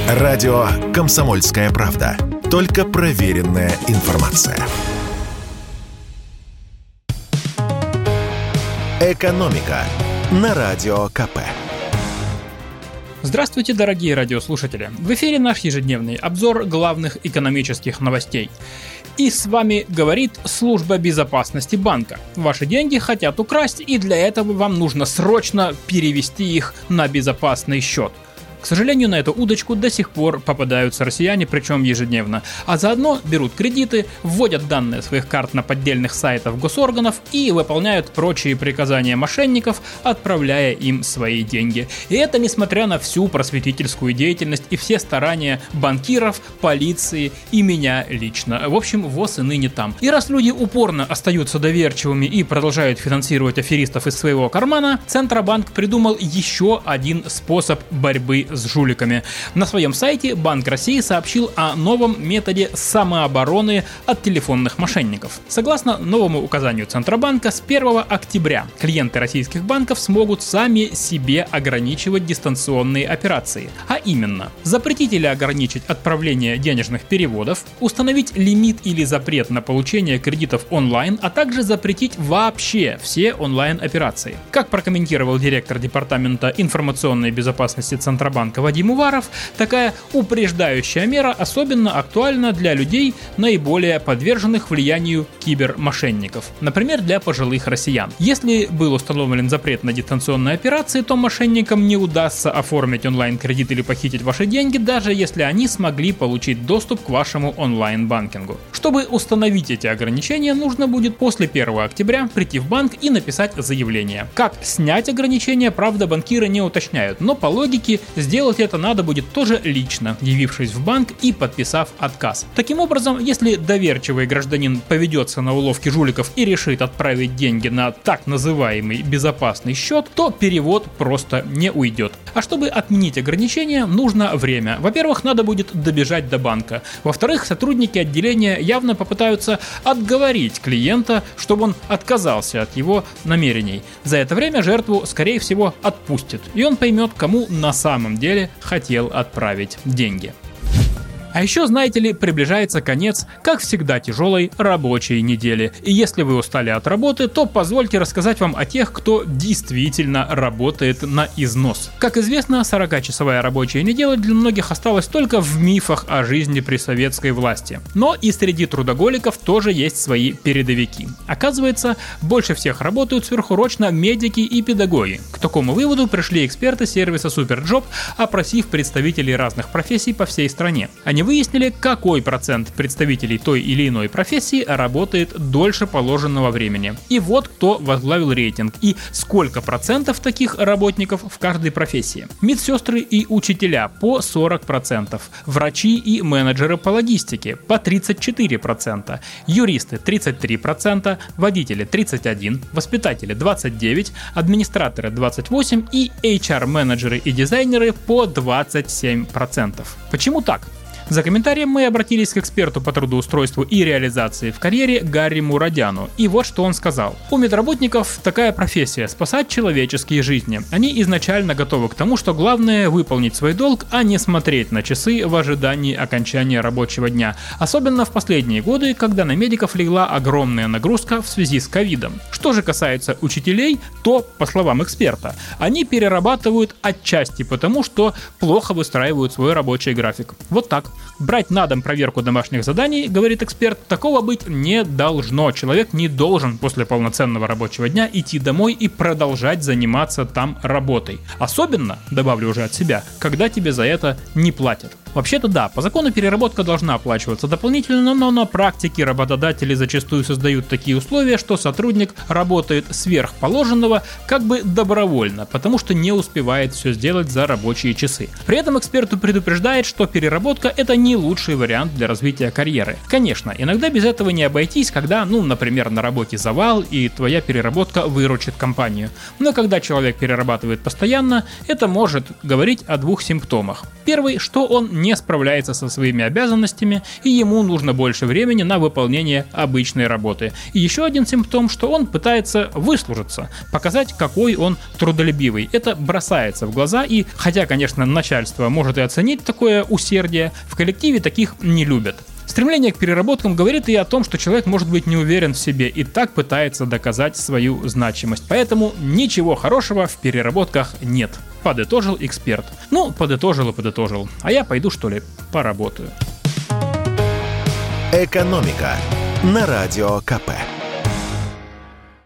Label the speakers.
Speaker 1: Радио «Комсомольская правда». Только проверенная информация. «Экономика» на Радио КП.
Speaker 2: Здравствуйте, дорогие радиослушатели! В эфире наш ежедневный обзор главных экономических новостей. И с вами говорит служба безопасности банка. Ваши деньги хотят украсть, и для этого вам нужно срочно перевести их на безопасный счет. К сожалению, на эту удочку до сих пор попадаются россияне, причем ежедневно. А заодно берут кредиты, вводят данные своих карт на поддельных сайтах госорганов и выполняют прочие приказания мошенников, отправляя им свои деньги. И это несмотря на всю просветительскую деятельность и все старания банкиров, полиции и меня лично. В общем, ВОС и ныне там. И раз люди упорно остаются доверчивыми и продолжают финансировать аферистов из своего кармана, Центробанк придумал еще один способ борьбы с жуликами. На своем сайте Банк России сообщил о новом методе самообороны от телефонных мошенников. Согласно новому указанию Центробанка, с 1 октября клиенты российских банков смогут сами себе ограничивать дистанционные операции. А именно, запретить или ограничить отправление денежных переводов, установить лимит или запрет на получение кредитов онлайн, а также запретить вообще все онлайн-операции. Как прокомментировал директор Департамента информационной безопасности Центробанка Вадим Уваров, такая упреждающая мера особенно актуальна для людей, наиболее подверженных влиянию кибермошенников, например, для пожилых россиян. Если был установлен запрет на дистанционные операции, то мошенникам не удастся оформить онлайн-кредит или похитить ваши деньги, даже если они смогли получить доступ к вашему онлайн-банкингу. Чтобы установить эти ограничения, нужно будет после 1 октября прийти в банк и написать заявление. Как снять ограничения, правда, банкиры не уточняют, но по логике сделать это надо будет тоже лично, явившись в банк и подписав отказ. Таким образом, если доверчивый гражданин поведется на уловки жуликов и решит отправить деньги на так называемый безопасный счет, то перевод просто не уйдет. А чтобы отменить ограничения, нужно время. Во-первых, надо будет добежать до банка. Во-вторых, сотрудники отделения явно попытаются отговорить клиента, чтобы он отказался от его намерений. За это время жертву, скорее всего, отпустят, и он поймет, кому на самом деле хотел отправить деньги. А еще, знаете ли, приближается конец, как всегда, тяжелой рабочей недели. И если вы устали от работы, то позвольте рассказать вам о тех, кто действительно работает на износ. Как известно, 40-часовая рабочая неделя для многих осталась только в мифах о жизни при советской власти. Но и среди трудоголиков тоже есть свои передовики. Оказывается, больше всех работают сверхурочно медики и педагоги. К такому выводу пришли эксперты сервиса Superjob, опросив представителей разных профессий по всей стране. Они выяснили, какой процент представителей той или иной профессии работает дольше положенного времени. И вот кто возглавил рейтинг и сколько процентов таких работников в каждой профессии. Медсестры и учителя по 40%, врачи и менеджеры по логистике по 34%, юристы 33%, водители 31%, воспитатели 29%, администраторы 28% и HR-менеджеры и дизайнеры по 27%. Почему так? За комментарием мы обратились к эксперту по трудоустройству и реализации в карьере Гарри Мурадяну. И вот что он сказал. У медработников такая профессия – спасать человеческие жизни. Они изначально готовы к тому, что главное – выполнить свой долг, а не смотреть на часы в ожидании окончания рабочего дня. Особенно в последние годы, когда на медиков легла огромная нагрузка в связи с ковидом. Что же касается учителей, то, по словам эксперта, они перерабатывают отчасти потому, что плохо выстраивают свой рабочий график. Вот так. Брать на дом проверку домашних заданий, говорит эксперт, такого быть не должно. Человек не должен после полноценного рабочего дня идти домой и продолжать заниматься там работой. Особенно, добавлю уже от себя, когда тебе за это не платят. Вообще-то да, по закону переработка должна оплачиваться дополнительно, но на практике работодатели зачастую создают такие условия, что сотрудник работает сверх положенного как бы добровольно, потому что не успевает все сделать за рабочие часы. При этом эксперт предупреждает, что переработка – это не лучший вариант для развития карьеры. Конечно, иногда без этого не обойтись, когда, например, на работе завал и твоя переработка выручит компанию. Но когда человек перерабатывает постоянно, это может говорить о двух симптомах. Первый, что он не справляется со своими обязанностями, и ему нужно больше времени на выполнение обычной работы. И еще один симптом, что он пытается выслужиться, показать, какой он трудолюбивый. Это бросается в глаза, и хотя, конечно, начальство может и оценить такое усердие, в коллективе таких не любят. Стремление к переработкам говорит и о том, что человек может быть не уверен в себе и так пытается доказать свою значимость. Поэтому ничего хорошего в переработках нет, подытожил эксперт. Ну, подытожил и подытожил. А я пойду, что ли, поработаю.
Speaker 1: «Экономика» на Радио КП.